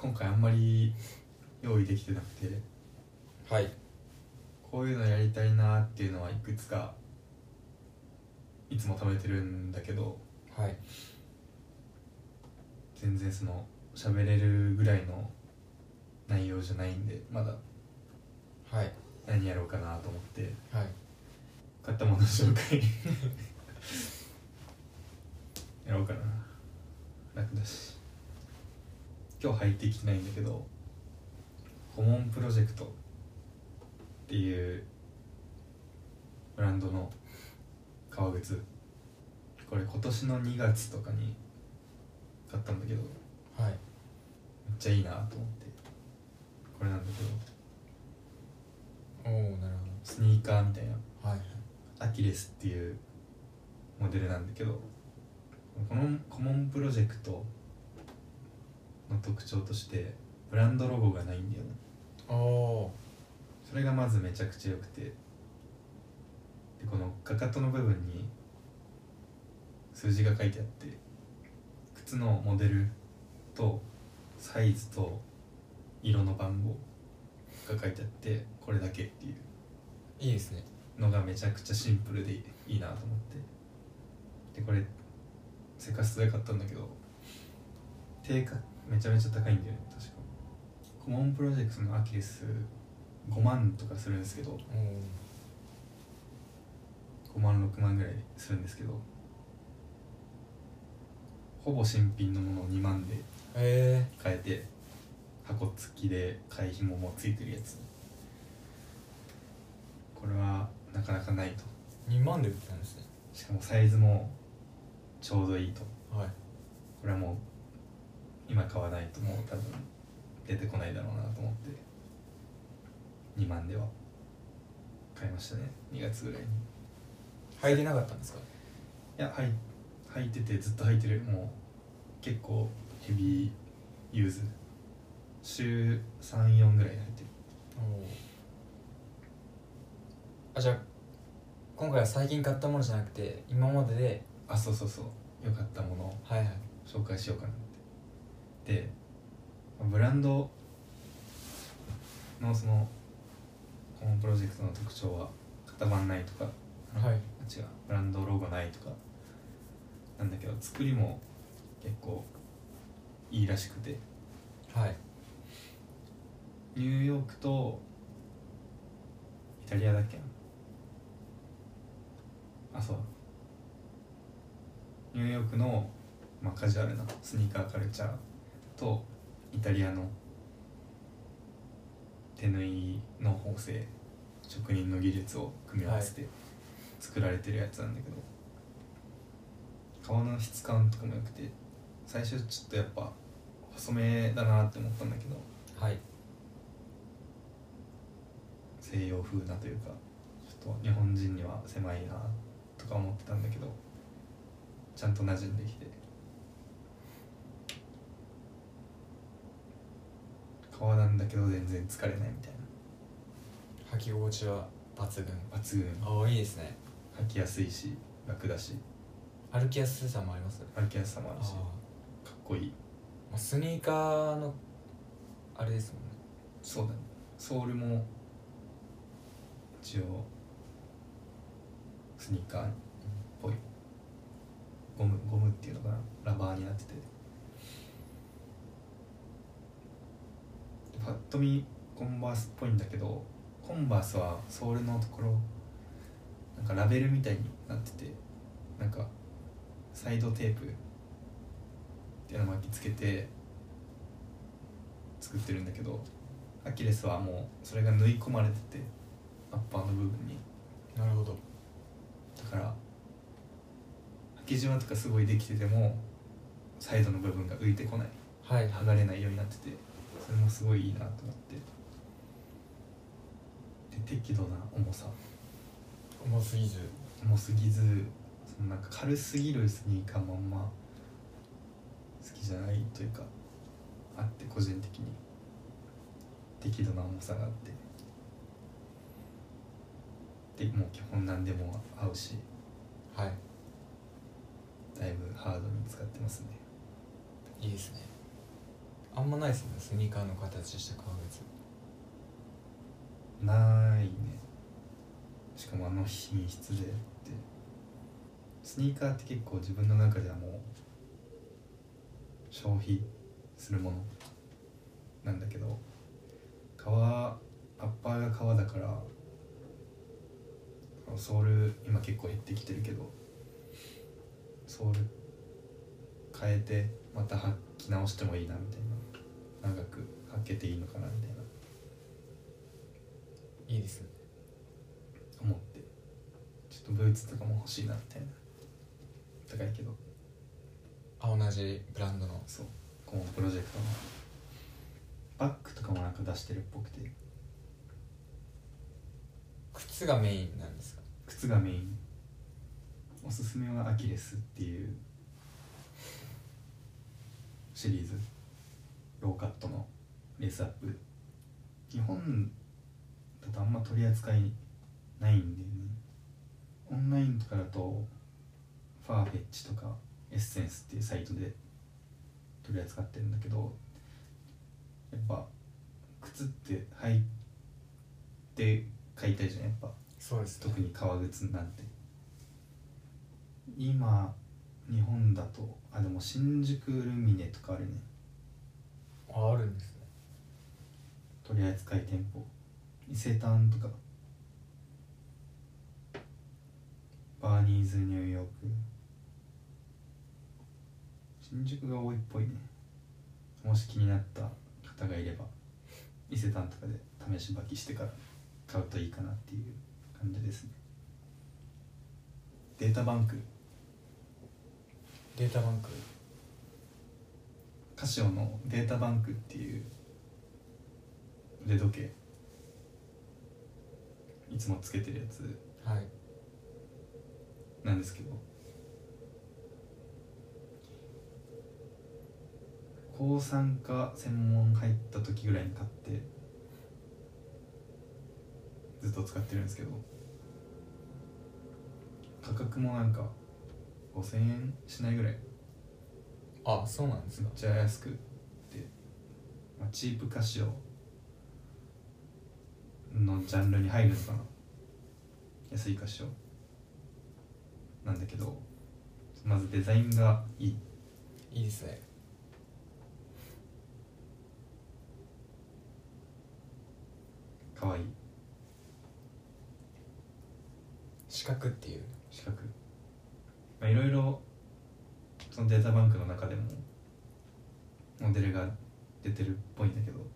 今回あんまり用意できてなくて、 はい。 こういうのやりたいなっていうのはいくつかいつも貯めてるんだけど、 はい。 全然その喋れるぐらいの内容じゃないんで、まだはい。 何やろうかなと思ってはい。 買ったものの紹介やろうかな。楽だし。今日入ってきてないんだけど、コモンプロジェクトっていうブランドの革靴、これ今年の2月とかに買ったんだけど、 はい。 めっちゃいいなと思って、これなんだけど、 おお、なるスニーカーみたいなほど。はい。 アキレスっていうモデルなんだけど、このコモンプロジェクトの特徴としてブランドロゴがないんだよね。 おお。 それがまずめちゃくちゃ良くて、でこのかかとの部分に数字が書いてあって、靴のモデルとサイズと色の番号が書いてあって、これだけっていういいですね。 のがめちゃくちゃシンプルでいいなと思って、でこれセカストで買ったんだけど、定価めちゃめちゃ高いんだよね。確かコモンプロジェクトのアキレス5万とかするんですけど、 おお。 5万6万ぐらいするんですけど、ほぼ新品のものを2万で買えて、箱付きで替え紐もついてるやつ、これはなかなかないと。 2万で売ってたんですね。 しかもサイズもちょうどいいと。 はい。 これはもう今買わないともう多分出てこないだろうなと思って2万では買いましたね。2月ぐらいに。 履いてなかったんですか？ いや、履いててずっと履いてる。もう結構ヘビーユーズ、週 3,4 ぐらい履いてる。 おお。あ、じゃあ今回は最近買ったものじゃなくて今までで。 あ、そうそうそう、良かったものをはいはい。 紹介しようかなって。でブランドのそのこのプロジェクトの特徴は型番ないとか、 はい。 違う、ブランドロゴないとかなんだけど、作りも結構いいらしくて、 はい。 ニューヨークとイタリアだっけな、あ、そう、ニューヨークの、まあ、カジュアルなスニーカーカルチャーとイタリアの手縫いの縫製、職人の技術を組み合わせて作られてるやつなんだけど、革の質感とかも良くて、最初ちょっとやっぱ細めだなって思ったんだけど、 はい。 西洋風なというか、ちょっと日本人には狭いなとか思ってたんだけど、ちゃんと馴染んできて、革なんだけど全然疲れないみたい履き心地は抜群。 な。抜群。 ああ、いいですね。 履きやすいし楽だし、 歩きやすさもあります。 歩きやすさもあるし、かあっこいい。 あ、スニーカーのあれですもんね。 そうだね、ソールも一応スニーカーっぽいゴムっていうのかな、ラバーになってて、パッと見コンバースっぽいんだけど、コンバースはソールのところなんかラベルみたいになってて、なんかサイドテープっていうのを巻きつけて作ってるんだけど、アキレスはもうそれが縫い込まれてて、アッパーの部分に。 なるほど。 だから履きじわとかすごいできててもサイドの部分が浮いてこない、 はい。 剥がれないようになってて、それもすごいいいなと思って。で適度な重さ、 重すぎず。 重すぎず、そのなんか軽すぎるスニーカーもあんま好きじゃないというかあって、個人的に適度な重さがあって、でもう基本何でも合うし、 はい。 だいぶハードに使ってますね。 いいですね。 あんまないですよね、スニーカーの形した革靴。 ないね。しかもあの品質でって、スニーカーって結構自分の中ではもう消費するものなんだけど、アッパーが革だからソール今結構減ってきてるけど、ソール変えてまた履き直してもいいなみたいな、長く履けていいのかなみたいないいですね。 思って、ちょっとブーツとかも欲しいなみたいな。高いけど、 あ、同じブランドの。 そう、このプロジェクトのバッグとかもなんか出してるっぽくて。 靴がメインなんですか？ 靴がメイン。おすすめはアキレスっていうシリーズ、ローカットのレースアップ。日本だとあんま取り扱いないんだよね。オンラインとかだとファーフェッチとかエッセンスっていうサイトで取り扱ってるんだけど、やっぱ靴って履いて買いたいじゃん、やっぱ。 そうですね。 特に革靴なんて今日本だとでも新宿ルミネとかあるね、 あるんですね。 取り扱い店舗。伊勢丹とかバーニーズニューヨーク、新宿が多いっぽいね。もし気になった方がいれば伊勢丹とかで試し履きしてから買うといいかなっていう感じですね。データバンク、 データバンク。 カシオのデータバンクっていう腕時計、いつもつけてるやつはい。 なんですけど、高3か専門入った時ぐらいに買ってずっと使ってるんですけど、価格もなんか5000円しないぐらい、 あ、そうなんですか。 めっちゃ安くて、チープカシオのジャンルに入るのかな、安いカシオなんだけど、まずデザインがいい。 いいですね。 かわいい。 四角っていう。 四角、いろいろそのデータバンクの中でもモデルが出てるっぽいんだけど、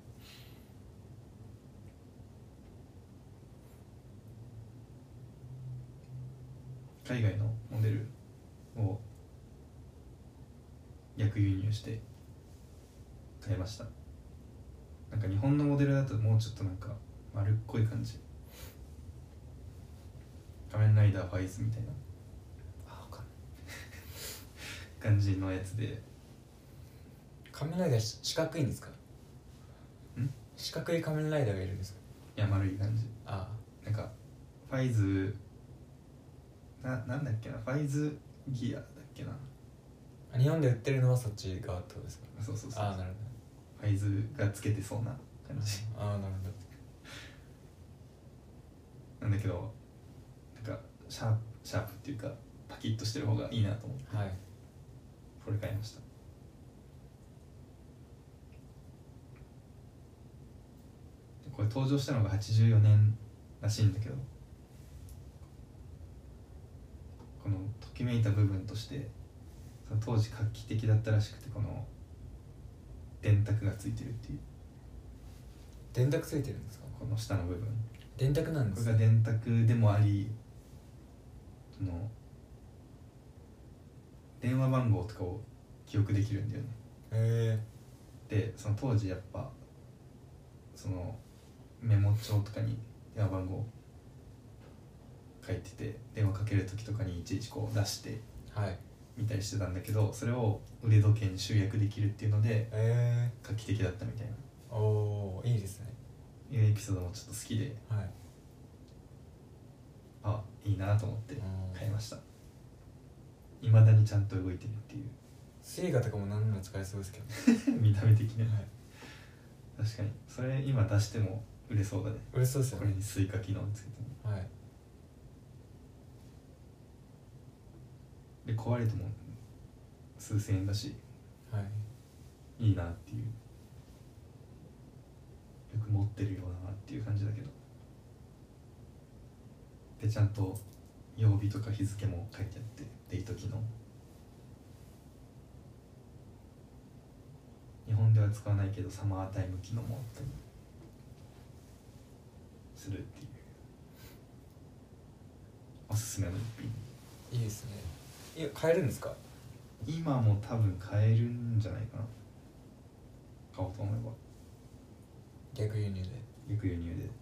海外のモデルを逆輸入して買いました。なんか日本のモデルだともうちょっとなんか丸っこい感じ、仮面ライダーファイズみたいな感じのやつで。 仮面ライダー四角いんですか？四角い仮面ライダーがいるんですか？ いや、丸い感じ。 あなんかファイズなんだっけな、ファイズギアだっけな。 あ、日本で売ってるのはそっち側ってことですか？ そうそうそう、 ああ、なるファイズがつけてそうな感じほど。ああ、なるなんだけど、なんかシャープっていうかパキッとしてる方がいいなと思って、 ほど。はい。 これ買いました。これ登場したのが84年らしいんだけど、このときめいた部分としてその当時画期的だったらしくて、この電卓がついてるっていう、 電卓ついてるんですか？ この下の部分、 電卓なんですか？ これが電卓でもあり、その電話番号とかを記憶できるんだよね。 へでその当時やっぱそのメモ帳とかに電話番号書いてて、電話かける時とかにいちいちこう出してえ。はい。 見たりしてたんだけど、それを腕時計に集約できるっていうので画期的だったみたいな、 おお、いいですね。 いうエピソードもちょっと好きで、 はいいいなと思って買いました。未だにちゃんと動いてるっていうスイカとかも何なら使えそうですけど見た目的できない、 はい、 確かにそれ今出しても売れそうだね。 売れそうですよね。 これにスイカ機能ついても。 はい。 で壊れても数千円だし、 はい、 いいなっていう、よく持ってるようなっていう感じだけど、でちゃんと曜日とか日付も書いてあってデート機能、日本では使わないけどサマータイム機能もあったりするっていうおすすめの一品。 いいですね。いや買えるんですか？ 今も多分買えるんじゃないかな、買おうと思えば。 逆輸入で。 逆輸入で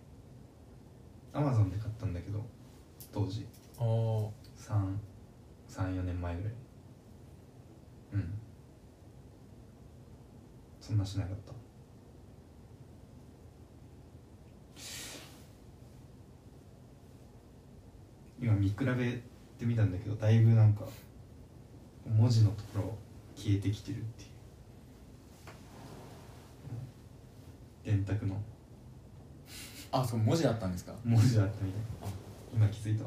Amazon で買ったんだけど、当時ああ、 34年前ぐらい、そんなしなかった。今見比べてみたんだけど、だいぶなんか文字のところ消えてきてるっていう、電卓のあ、そう文字だったんですか？ 文字あったみたいな。今気づいたわ。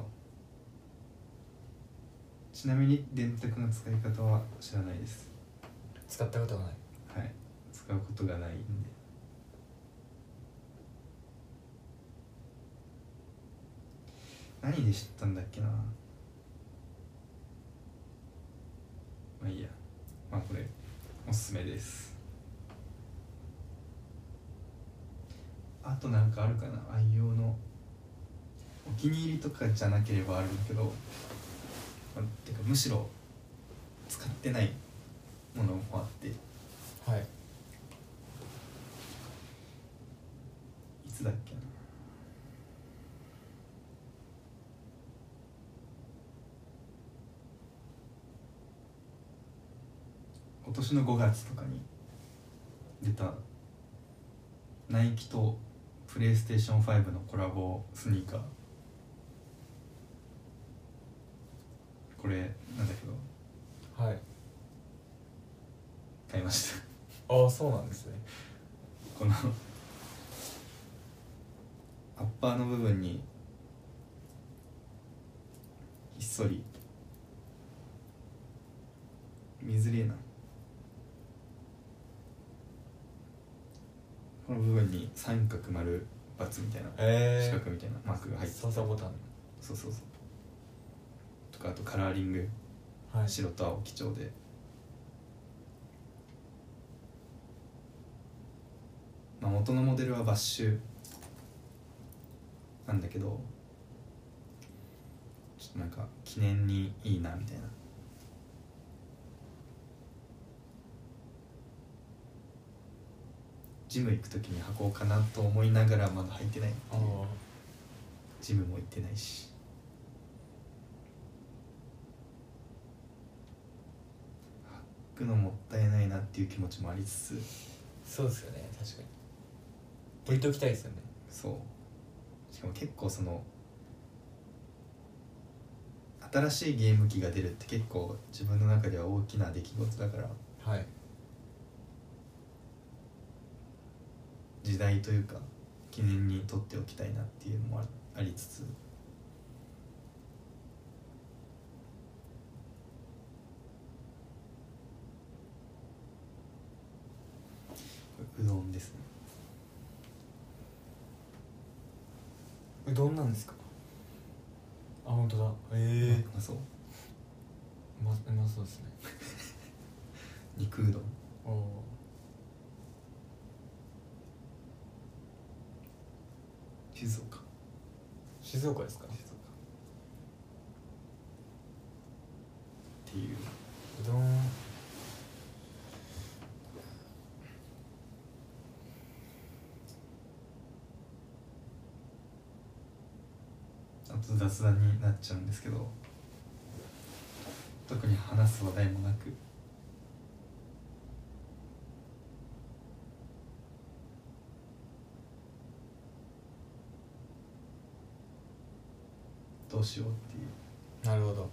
ちなみに電卓の使い方は知らないです。 使ったことがない。 はい、使うことがないんで。何で知ったんだっけな。まあいいや、まあこれおすすめです。あとなんかあるかな、愛用のお気に入りとかじゃなければあるけど、てかむしろ使ってないものもあって、 はい。 いつだっけな、今年の5月とかに出たナイキとプレイステーション5のコラボスニーカー、これなんだけどはい。 買いました。 ああ、そうなんですね。 このアッパーの部分にひっそり、見づれえな、この部分に三角丸×みたいな、四角みたいなマークが入ってて、 操作ボタン。 そうとか、あとカラーリング、 はい。 白と青基調で、まあ、元のモデルはバッシュなんだけど、ちょっとなんか記念にいいなみたいな。ジム行く時に履こうかなと思いながらまだ履いてないっていう、ジムも行ってないし、履くのもったいないなっていう気持ちもありつつ、 そうですよね、確かに置いておきたいですよね。 そうしかも結構その新しいゲーム機が出るって結構自分の中では大きな出来事だから、 はい。 時代というか記念に取っておきたいなっていうのもありつつ、うどんですね。 うどんなんですか？あ、本当だ。 あ、そう、 うまそうですね。 肉うどん。 おお。 静岡静岡ですか？ っていう。 うどん。 あと雑談になっちゃうんですけど、特に話す話題もなく、どうしようっていう。 なるほど。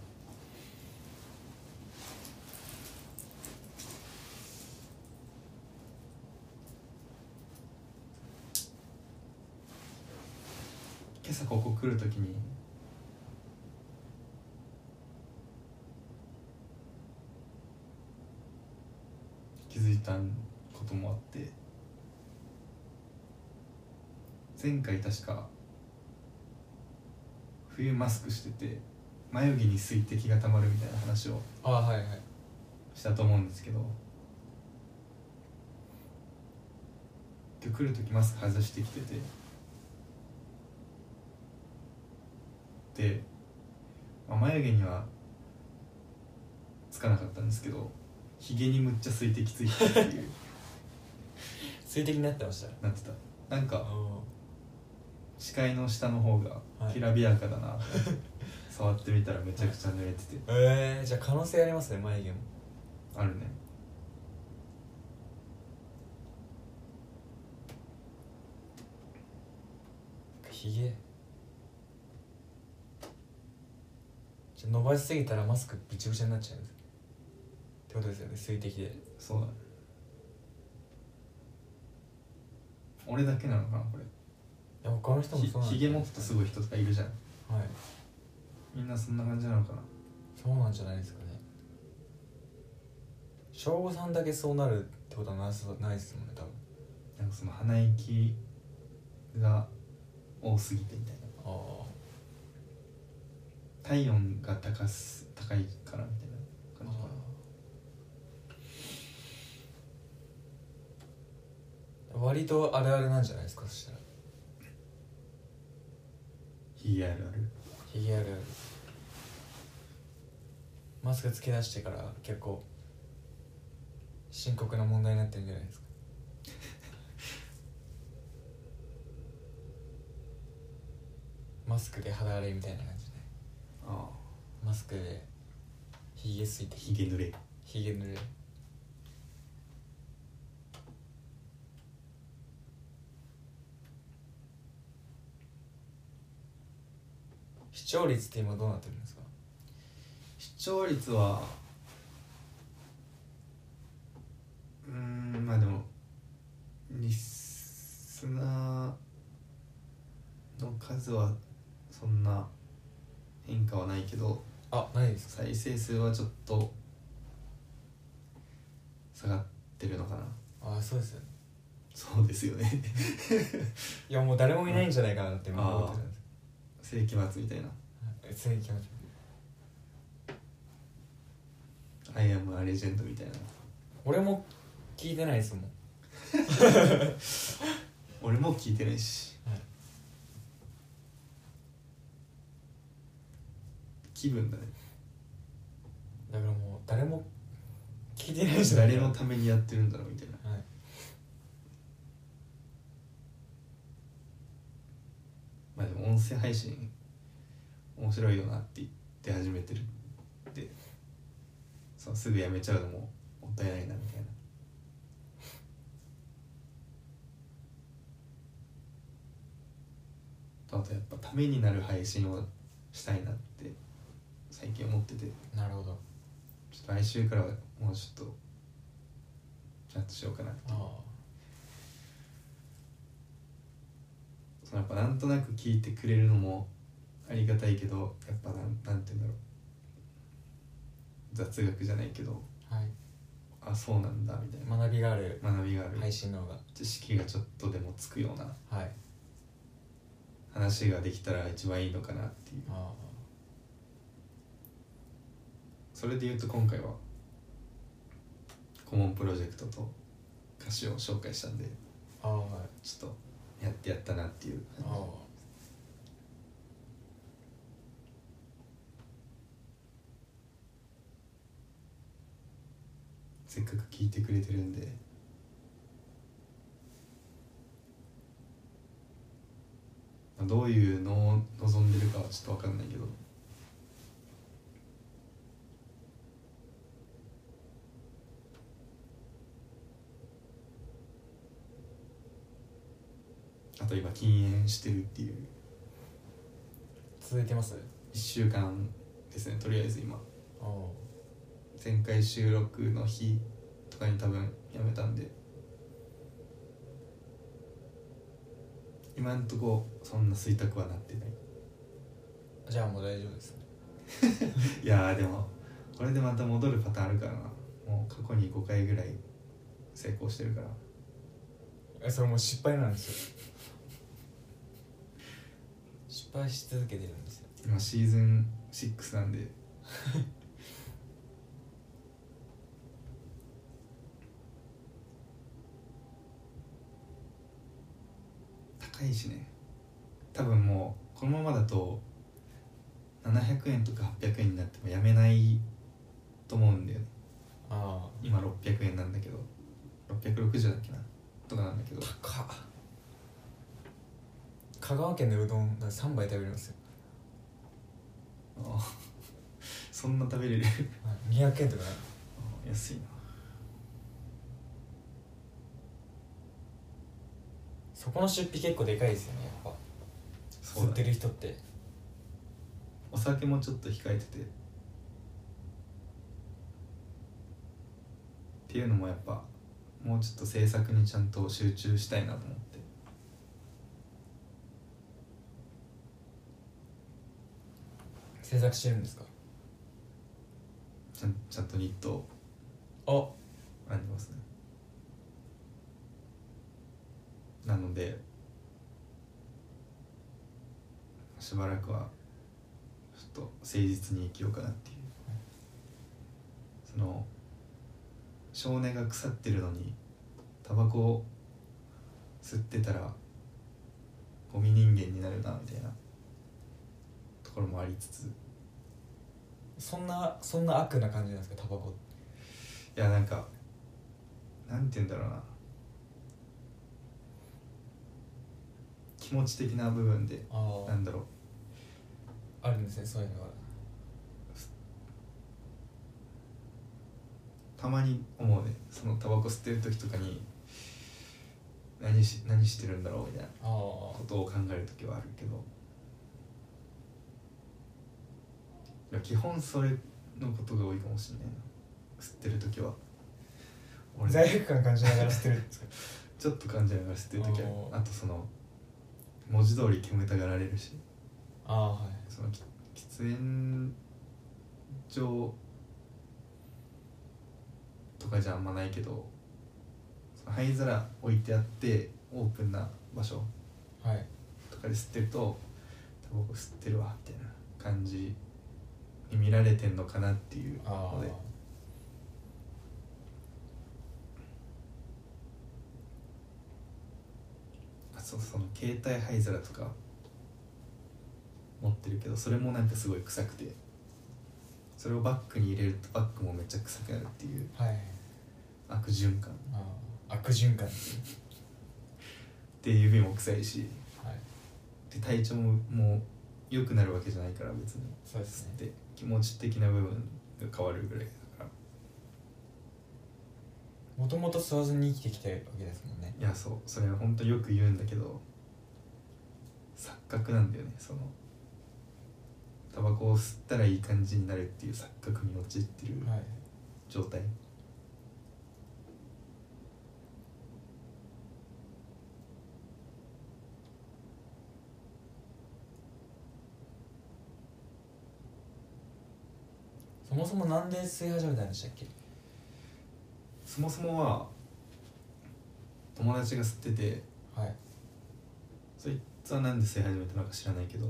朝ここ来るときに気づいたこともあって、前回確か冬マスクしてて眉毛に水滴がたまるみたいな話をはいはいしたと思うんですけど、今日来るときマスク外してきてて、で、眉毛にはつかなかったんですけど、ひげにむっちゃ水滴ついてたっていう水滴になってました。 なってた。なんか視界の下の方がきらびやかだなって、触ってみたらめちゃくちゃ濡れてて、 じゃあ可能性ありますね、眉毛も。 あるね。 ひげじゃあ伸ばしすぎたらマスクビチビチになっちゃうんですってことですよね、水滴で。 そうだね。俺だけなのかなこれ。 いや他の人もそうなんひげ持ってすごい人とかいるじゃん。 はい、 みんなそんな感じなのかな。 そうなんじゃないですかね。小5さんだけそうなるってことはないですもんね、多分。 なんかその鼻息が多すぎてみたいな、体温が高いからみたいな感じかな。 割とあるあるなんじゃないですか、そしたら。 ひげあるある。 ひげあるある。マスクつけ出してから結構深刻な問題になってるんじゃないですか。マスクで肌荒れみたいな感じで、マスクでひげついてひげ濡れ。 ひげ濡れ。視聴率って今どうなってるんですか？ 視聴率はまあでもリスナーの数はそんな変化はないけど、 ないですか？ 再生数はちょっと下がってるのかな。 そうですよね。 そうですよねいやもう誰もいないんじゃないかなって思ってたんです。 世紀末みたいな。 世紀末。 アイアムアレジェンドみたいな。 俺も聞いてないですもん俺も聞いてないし、気分だね。 だからもう誰も聞いてないじゃない誰のためにやってるんだろうみたいな。まあでも音声配信面白いよなって言って始めてるってすぐやめちゃうのももったいないなみたいな。あとやっぱためになる配信をしたいなって最近思ってて。 なるほど。 ちょっと来週からはもうちょっとちゃんとしようかなっていう。やっぱなんとなく聞いてくれるのもありがたいけど、やっぱなんて言うんだろう、雑学じゃないけど、そうなんだみたいな学びがある配信の方が知識がちょっとでもつくようなはい話ができたら一番いいのかなっていう。それでいうと今回はコモンプロジェクトと歌詞を紹介したんで、ちょっとやったなっていう。せっかく聞いてくれてるんで、どういうのを望んでるかはちょっと分かんないけど、あと今禁煙してるっていう。 続いてます？ 1週間ですね、とりあえず今。前回収録の日とかに多分やめたんで、今今んとこそんな吸いたくはなってない。 じゃあもう大丈夫ですね。 いやーでもこれでまた戻るパターンあるからな。もう過去に5回ぐらい成功してるから。 それもう失敗なんですよ。失敗し続けてるんですよ。 今シーズン6なんで高いしね。多分もうこのままだと700円とか800円になってもやめないと思うんだよね。 ああ今600円なんだけど660だっけなとかなんだけど、 高っ。香川県のうどんが3杯食べれますよ。 ああそんな食べれる 200円とかね。 安いな。 そこの出費結構でかいですよね、やっぱ。吸ってる人って。 お酒もちょっと控えててっていうのもやっぱもうちょっと制作にちゃんと集中したいなと思って。 制作してるんですか？ ちゃんとニットあありますね。なのでしばらくはちょっと誠実に生きようかなっていう、その性根が腐ってるのにタバコを吸ってたらゴミ人間になるなみたいなところもありつつ。 そんな悪な感じなんですか、タバコ。 いやなんかなんて言うんだろうな、気持ち的な部分でなんだろうあるんですね、そういうのが。 たまに思うね。そのタバコ吸ってる時とかに何してるんだろうみたいなことを考える時はあるけど、いや基本それのことが多いかもしれないな。吸ってる時は俺罪悪感感じながら吸ってるんですか？ ちょっと感じながら吸ってる時はあとその文字通り煙たがられるし、 はい、 その喫煙所とかじゃあんまないけど、その灰皿置いてあってオープンな場所とかで吸ってると、タバコ吸ってるわみたいな感じに見られてんのかなっていうので、その携帯灰皿とか持ってるけど、それもなんかすごい臭くて、それをバッグに入れるとバッグもめっちゃ臭くなるっていう、悪循環。 悪循環で指も臭いし、で体調ももう良くなるわけじゃないから別に。 そうですね。 で気持ち的な部分が変わるぐらいだから。 もともと吸わずに生きてきたわけですもんね。 いやそれは本当よく言うんだけど、錯覚なんだよね。そのタバコを吸ったらいい感じになるっていう錯覚に陥ってる状態、 そもそもなんで吸い始めたんでしたっけ？ そもそもは友達が吸ってて、そいつはなんで吸い始めたのか知らないけど、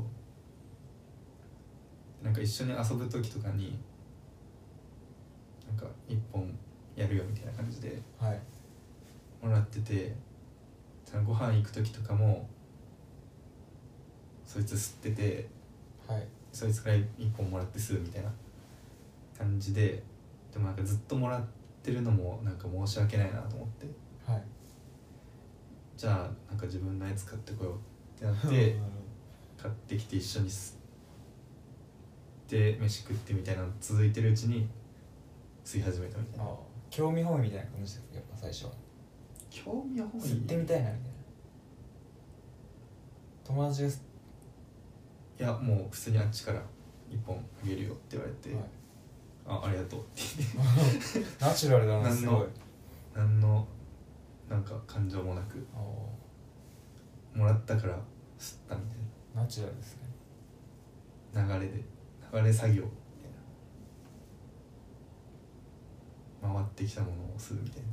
なんか一緒に遊ぶ時とかになんか一本やるよみたいな感じでもらってて、ご飯行く時とかもそいつ吸ってて、そいつから一本もらって吸うみたいな感じで。でもなんかずっともらってるのもなんか申し訳ないなと思って、じゃあなんか自分のやつ買ってこようってなって買ってきて一緒に吸って飯食ってみたいなの続いてるうちに吸い始めたみたいな。 興味本位みたいな感じですやっぱ最初は。 興味本位、 吸ってみたいなみたいな。友達がいやもう普通にあっちから一本あげるよって言われて、ありがとうって言ってナチュラルだな。すごい。 何のなんか感情もなくもらったから吸ったみたいナチュラルですね。 な流れ作業みたいな、回ってきたものを吸うみたいな。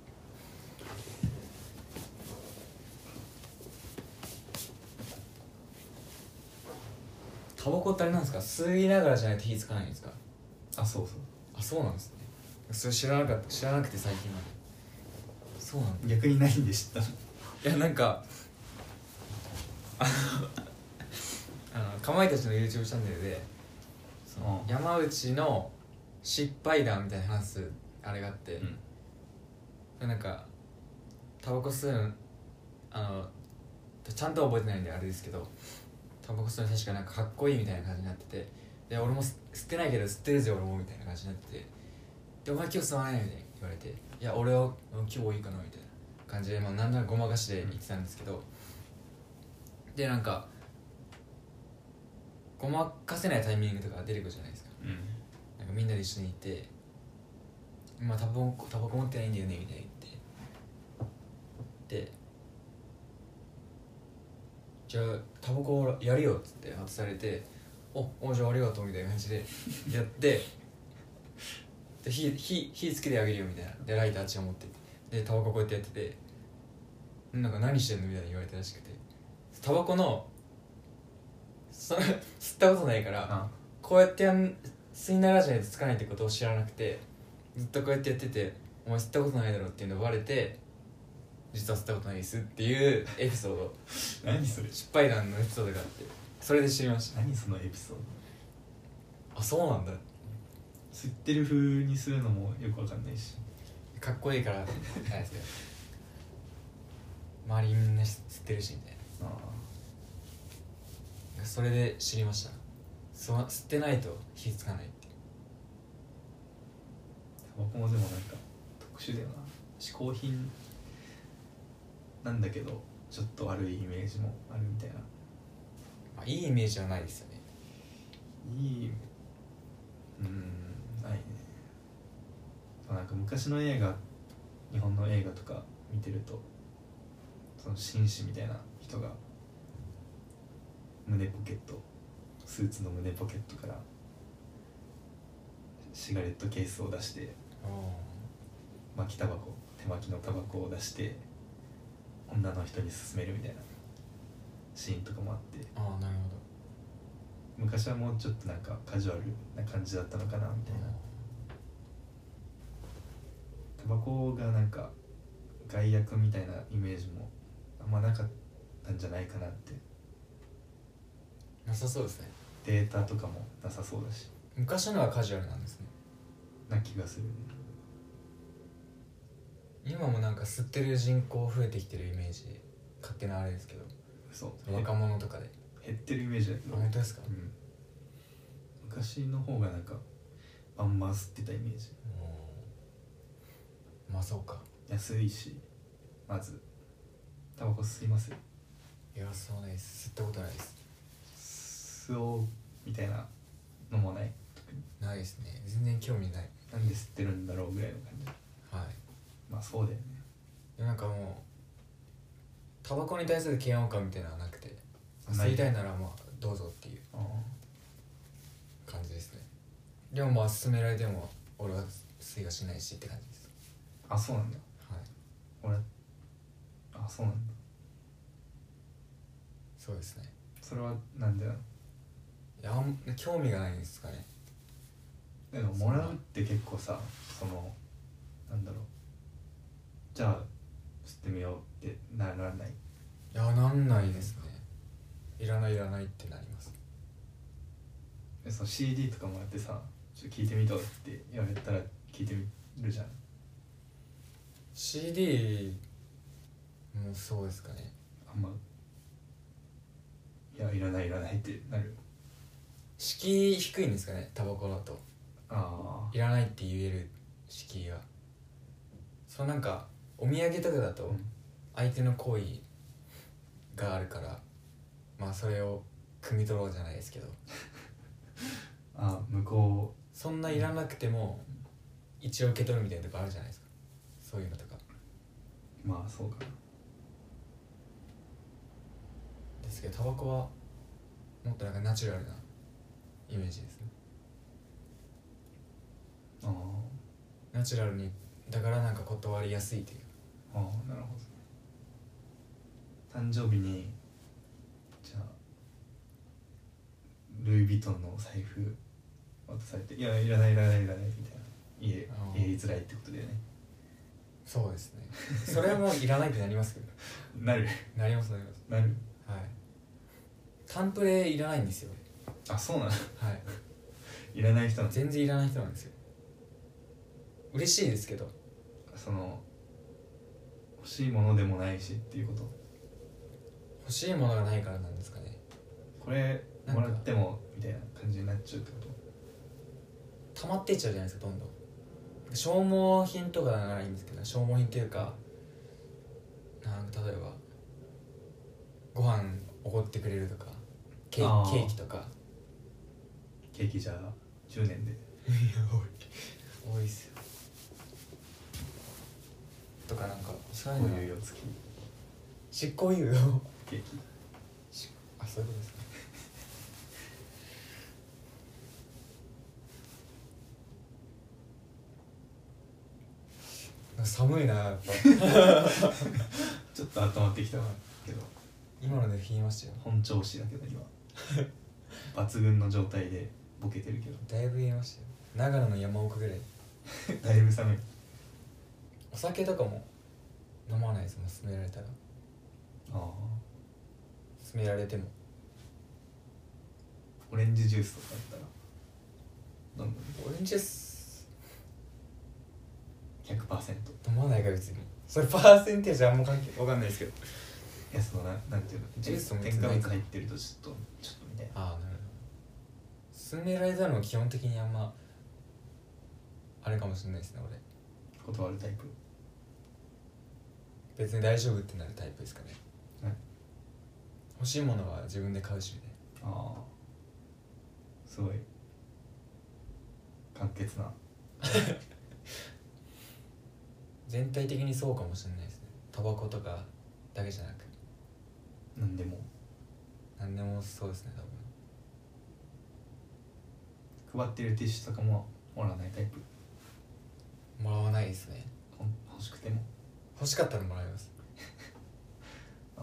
タバコってあれなんですか、吸いながらじゃないと火つかないんですか？ あ、そうそう。 あ、そうなんですね。それ知らなくて最近まで。そうなんだ。 逆にないんで知ったの？ いやなんかかまいたちの YouTube チャンネルでその山内の失敗談みたいな話すあれがあって、なんかタバコ吸うちゃんとは覚えてないんであれですけど、タバコ吸うの確かなんかかっこいいみたいな感じになってて、で俺も吸ってないけど吸ってるぜ俺もみたいな感じになってて、でお前今日吸わないみたいに言われて、いや俺は今日いいかなみたいな感じで、まあなんならごまかしで言ってたんですけど、でなんかごまかせないタイミングとか出てくるじゃないですか。なんかみんなで一緒にいて、まあタバコ持ってないんだよねみたいに言って、でじゃあタバコやるよっつって渡されて、おじゃあありがとうみたいな感じでやってで火つけてあげるよみたいな、でライターあっちが持ってでタバコこうやってやってて、なんか何してんのみたいに言われたらしくて、タバコの吸ったことないからこうやって吸いながらじゃないとつかないってことを知らなくて、ずっとこうやってやってて、お前吸ったことないだろっていうのバレて、実は吸ったことないですっていうエピソード何それ？ 失敗談のエピソードがあって、それで知りました。 何そのエピソード？ あ、そうなんだ。 吸ってる風にするのもよくわかんないし、 かっこいいからじゃないですか。周りみんな吸ってるしみたいな。それで知りました。吸ってないと火つかないって。 タバコもでもなんか特殊だよな。嗜好品なんだけどちょっと悪いイメージもあるみたいな。 まあ、いいイメージはないですよね。 ないね。なんか昔の映画、日本の映画とか見てると、その紳士みたいな人が胸ポケット、スーツの胸ポケットからシガレットケースを出して巻きタバコ、手巻きのタバコを出して女の人に勧めるみたいなシーンとかもあって、 ああなるほど。 昔はもうちょっとなんかカジュアルな感じだったのかなみたいな。タバコがなんか害悪みたいなイメージもあんまなかったんじゃないかなって。 なさそうですね。 データとかもなさそうだし、 昔のはカジュアルなんですね。 な気がするね。 今もなんか吸ってる人口増えてきてるイメージ、勝手なあれですけど。 そう若者とかで減ってるイメージだけど。 本当ですか？ 昔の方がなんかバンバン吸ってたイメージ。 まあそうか。 安いし、まずタバコ吸います？ いやそうないです。吸ったことないです。 吸おうみたいなのもない？ ないですね。全然興味ない。 なんで吸ってるんだろうぐらいの感じ。 はい。 まあそうだよね。 なんかもうタバコに対する嫌悪感みたいなのはなくて、吸いたいならまあどうぞっていう感じですね。でもまあ勧められても俺は吸いはしないしって感じです。 あ、そうなんだ。 はい。 俺、あ、そうなんだ。 そうですね。 それはなんでなの？ いや興味がないんですかね。 でももらうって結構さ、そのなんだろう、じゃあ吸ってみようってならない？ いやなんないですね。いらないってなります。 その CD とかもやってさ、ちょっと聞いてみたって言われたら聞いてみるじゃん。 CD もそうですかね。 あんま、いやいらないってなる。 敷居低いんですかね、タバコだと。いらないって言える敷居が。そうなんかお土産とかだと相手の好意があるから、まあそれを汲み取ろうじゃないですけど向こうそんないらなくても一応受け取るみたいなとこあるじゃないですか、そういうのとか。 まあそうかな。 ですけどタバコはもっとなんかナチュラルなイメージですね。 ああナチュラルにだからなんか断りやすいという。 ああなるほど。誕生日にじゃあルイ・ヴィトンの財布渡されていやいらないいらないいらないみたいな言いづらいってことだよね。 そうですね。それはもういらないってなりますけどなるなりますなります。 なる。 はい。タンプレいらないんですよ。 あそうなの。 はいいらない人なの。 全然いらない人なんですよ。嬉しいですけどその欲しいものでもないしっていうこと。 欲しいものがないからなんですかね。 これもらってもみたいな感じになっちゃうってこと。 溜まっていっちゃうじゃないですかどんどん。消耗品とかならいいんですけど消耗品っていうかなんか例えばご飯おごってくれるとかケーキとか。 ケーキじゃあ10年で多いっすよとかなんかそういうこうのいうよ付き執行猶予ケーキ。 あそういうことですか。寒いなやっぱちょっと温まってきたけど今ので冷えましたよ。 本調子だけど今抜群の状態でボケてるけどだいぶ冷えましたよ。長野の山奥ぐらい。 だいぶ寒い。 お酒とかも飲まないですもん勧められたら。 ああ勧められてもオレンジジュースとかだったら飲む。 オレンジジュース 100%。 飲まないから別にそれパーセンテージあんま関係わかんないですけど。 いやそのなんていうのジュースも添加物入ってるとちょっとみたいな。 ああなるほど。勧められたのは基本的にあんまあれかもしれないですね。俺断るタイプ。 別に大丈夫ってなるタイプですかね。 はい欲しいものは自分で買うしみたいな。 ああすごい簡潔な。 全体的にそうかもしれないですね。タバコとかだけじゃなくなんでも何でもそうですね多配ってるティッシュとかももらわないタイプ。 分。もらわないですね。 欲しくても。 欲しかったらもらいます。 あ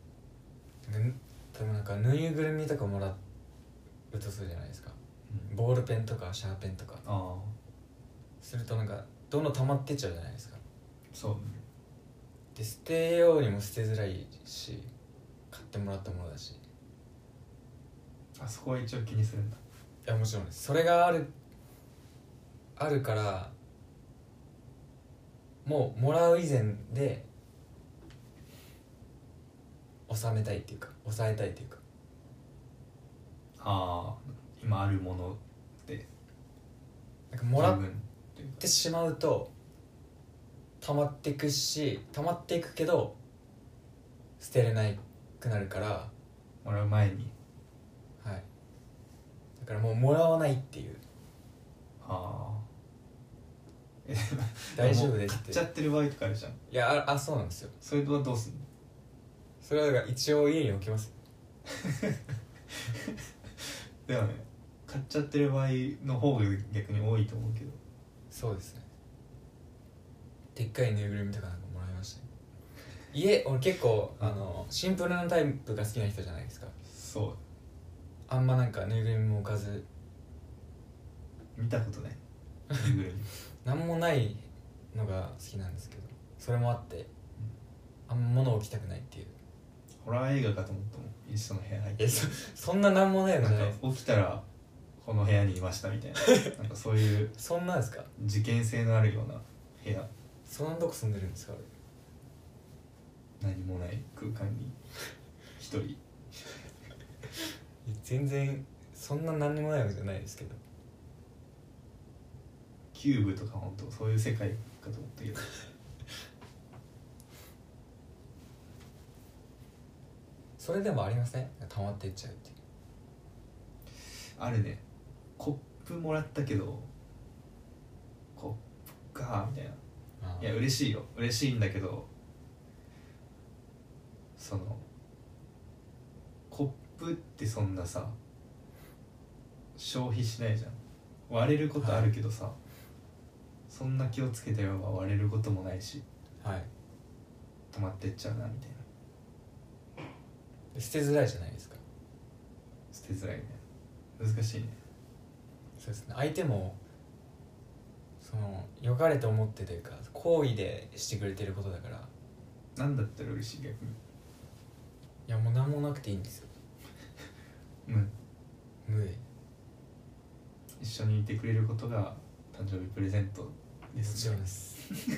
多分なんかぬいぐるみとかもらうとするじゃないですか。 うんボールペンとかシャーペンとかあするとなんかどんどん溜まってっちゃうじゃないですか。 そうで捨てようにも捨てづらいし買ってもらったものだし。 あそこは一応気にするんだ。 いやもちろんです。それがあるからもうもらう以前で収めたいっていうか抑えたいっていうか。 ああ今あるものでなんかもらっ十分っていうかてしまうと溜まっていくけど捨てれなくなるから、 もらう前に。 はい、だからもうもらわないっていう。 ああ大丈夫ですって。 買っちゃってる場合とかあるじゃん。 いやそうなんですよ。 それはどうすんの。 それはだから一応家に置きます。 だよね買っちゃってる場合の方が逆に多いと思うけど。 そうですね。でっかいぬいぐるみとかなんかもらいましたね。俺結構シンプルなタイプが好きな人じゃないですか。 そうあんまなんかぬいぐるみも置かず見たことないぬいぐるみ。 なんもないのが好きなんですけど、それもあってあんま物置きたくないっていう。 ホラー映画かと思ったもん一緒の部屋入ってそんななんもないのじゃないなんか起きたらこの部屋にいましたみたいななんかそういうそんなんですか。 事件性のあるような部屋。 そんなとこ住んでるんですか何もない空間に一人。 俺。全然そんな何にもないわけじゃないですけど。 キューブとか本当そういう世界かと思ったけど。 それでもありません？溜まっていっちゃうっていう。 あるね。コップもらったけどコップかみたいな。いや嬉しいよ嬉しいんだけどそのプってそんなさ消費しないじゃん。割れることあるけどさ、そんな気をつけてれば割れることもないしはい止まってっちゃうなみたいな。 捨てづらいじゃないですか。 捨てづらいね。難しいね。 そうですね。相手もその良かれと思ってというか好意でしてくれてることだから。 なんだったら嬉しい逆に。 いやもう何もなくていいんですよ。無で一緒にいてくれることが誕生日プレゼントですね。 もちろんです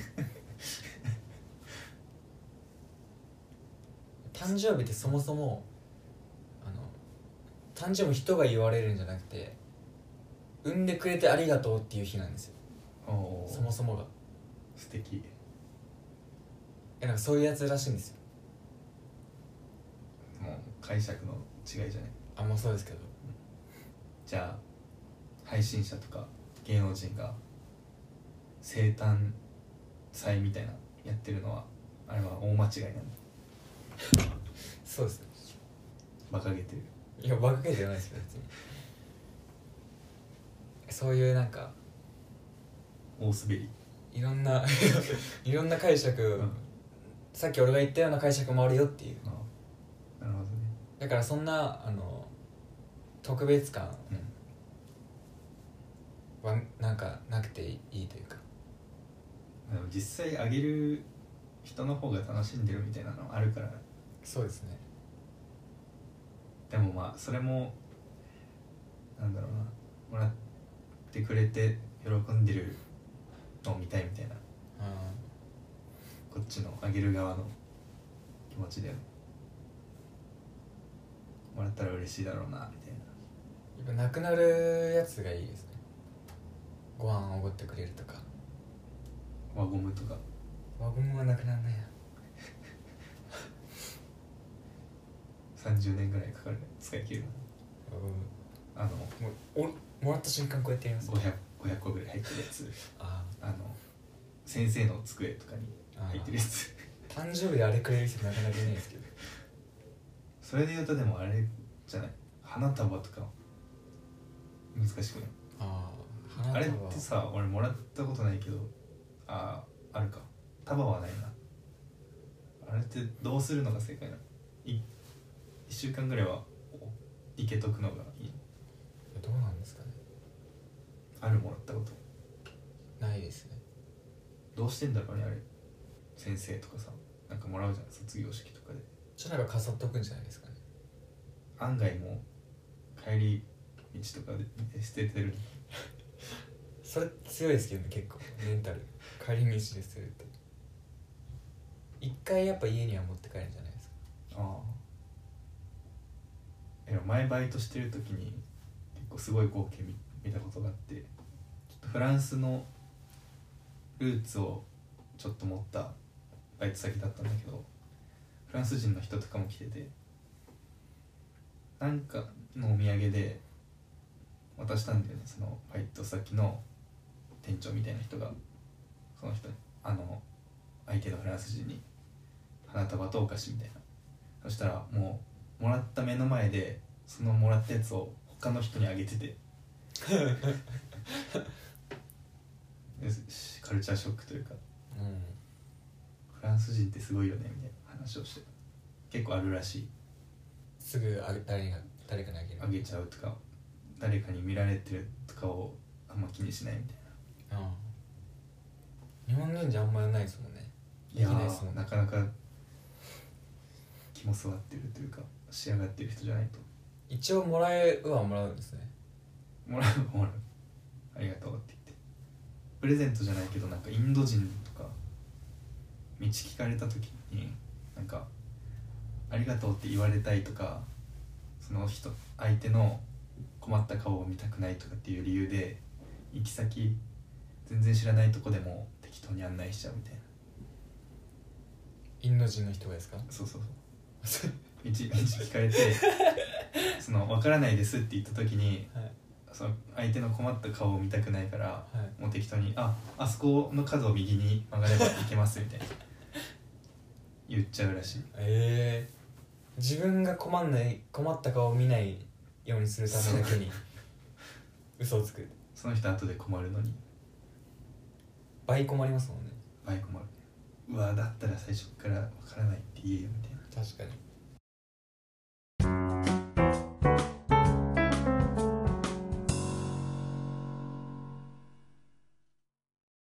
誕生日ってそもそも誕生日人が言われるんじゃなくて産んでくれてありがとうっていう日なんですよ。 おーそもそもが素敵。 なんかそういうやつらしいんですよ。 もう解釈の違いじゃない。 あんまそうですけど。 じゃあ配信者とか芸能人が生誕祭みたいなやってるのはあれは大間違いなんだ。 そうですね。 馬鹿げてる。 いやバカげじゃないですよ別に。そういうなんか大滑り。 いろんないろんな解釈、 うん、 さっき俺が言ったような解釈もあるよっていう。 なるほどね。 だからそんな特別感はなんかなくていいというか。 でも実際あげる人の方が楽しんでるみたいなのあるから。 そうですね。 でもまあそれもなんだろうな、もらってくれて喜んでるのを見たいみたいな、こっちのあげる側の気持ちだよね。もらったら嬉しいだろうなみたいな。 やっぱなくなるやつがいいですね。ご飯おごってくれるとか。 輪ゴムとか。 輪ゴムはなくならないや。 30年ぐらいかかる。使い切る。 もらった瞬間こうやってやります。 500個ぐらい入ってるやつ。先生の机とかに入ってるやつ。 誕生日であれくれる人なかなかいないですけど。 それで言うとでもあれじゃない、花束とか難しくない？ 花束あれってさ、俺もらったことないけど、あるか、束はないな。あれってどうするのが正解なの？1週間ぐらいは生けとくのがいい。 どうなんですかね。 ある？もらったことないですね。 どうしてんだろうねあれ。先生とかさ、なんかもらうじゃん、卒業式とかで。 なんか飾っとくんじゃないですかね。 案外もう帰り道とかで捨ててる。 それ強いですけどね、結構メンタル。帰り道で捨てるって一回やっぱ家には持って帰るんじゃないですか。 前バイトしてる時に結構すごい光景見たことがあって、ちょっとフランスのルーツをちょっと持ったバイト先だったんだけど、フランス人の人とかも来てて、なんかのお土産で渡したんだよね。そのバイト先の店長みたいな人がその人に相手のフランス人に花束とお菓子みたいな。そしたらもらった目の前でそのもらったやつを他の人にあげててカルチャーショックというか、フランス人ってすごいよねみたいな話をして、結構あるらしい。 すぐ誰かにあげる、 あげちゃうとか、誰かに見られてるとかをあんま気にしないみたいな。 日本人じゃあんまりないですもんね。 いやできないですもんね。 なかなか気も座ってるというか仕上がってる人じゃないと。 一応もらうんですね。 もらうありがとうって言って、プレゼントじゃないけど、なんかインド人とか道聞かれた時になんかありがとうって言われたいとか、その人相手の困った顔を見たくないとかっていう理由で行き先全然知らないとこでも適当に案内しちゃうみたいな。 インド人の人がですか？ そう道聞かれてその分からないですって言った時に、 はい、 その相手の困った顔を見たくないから、 はい、 もう適当にあそこの角を右に曲がれば行けますみたいな言っちゃうらしい。 自分が困った顔を見ないようにするためだけに嘘をつく。 その人後で困るのに倍困りますもんね。 倍困る。うわだったら最初から分からないって言えよみたいな。 確かに。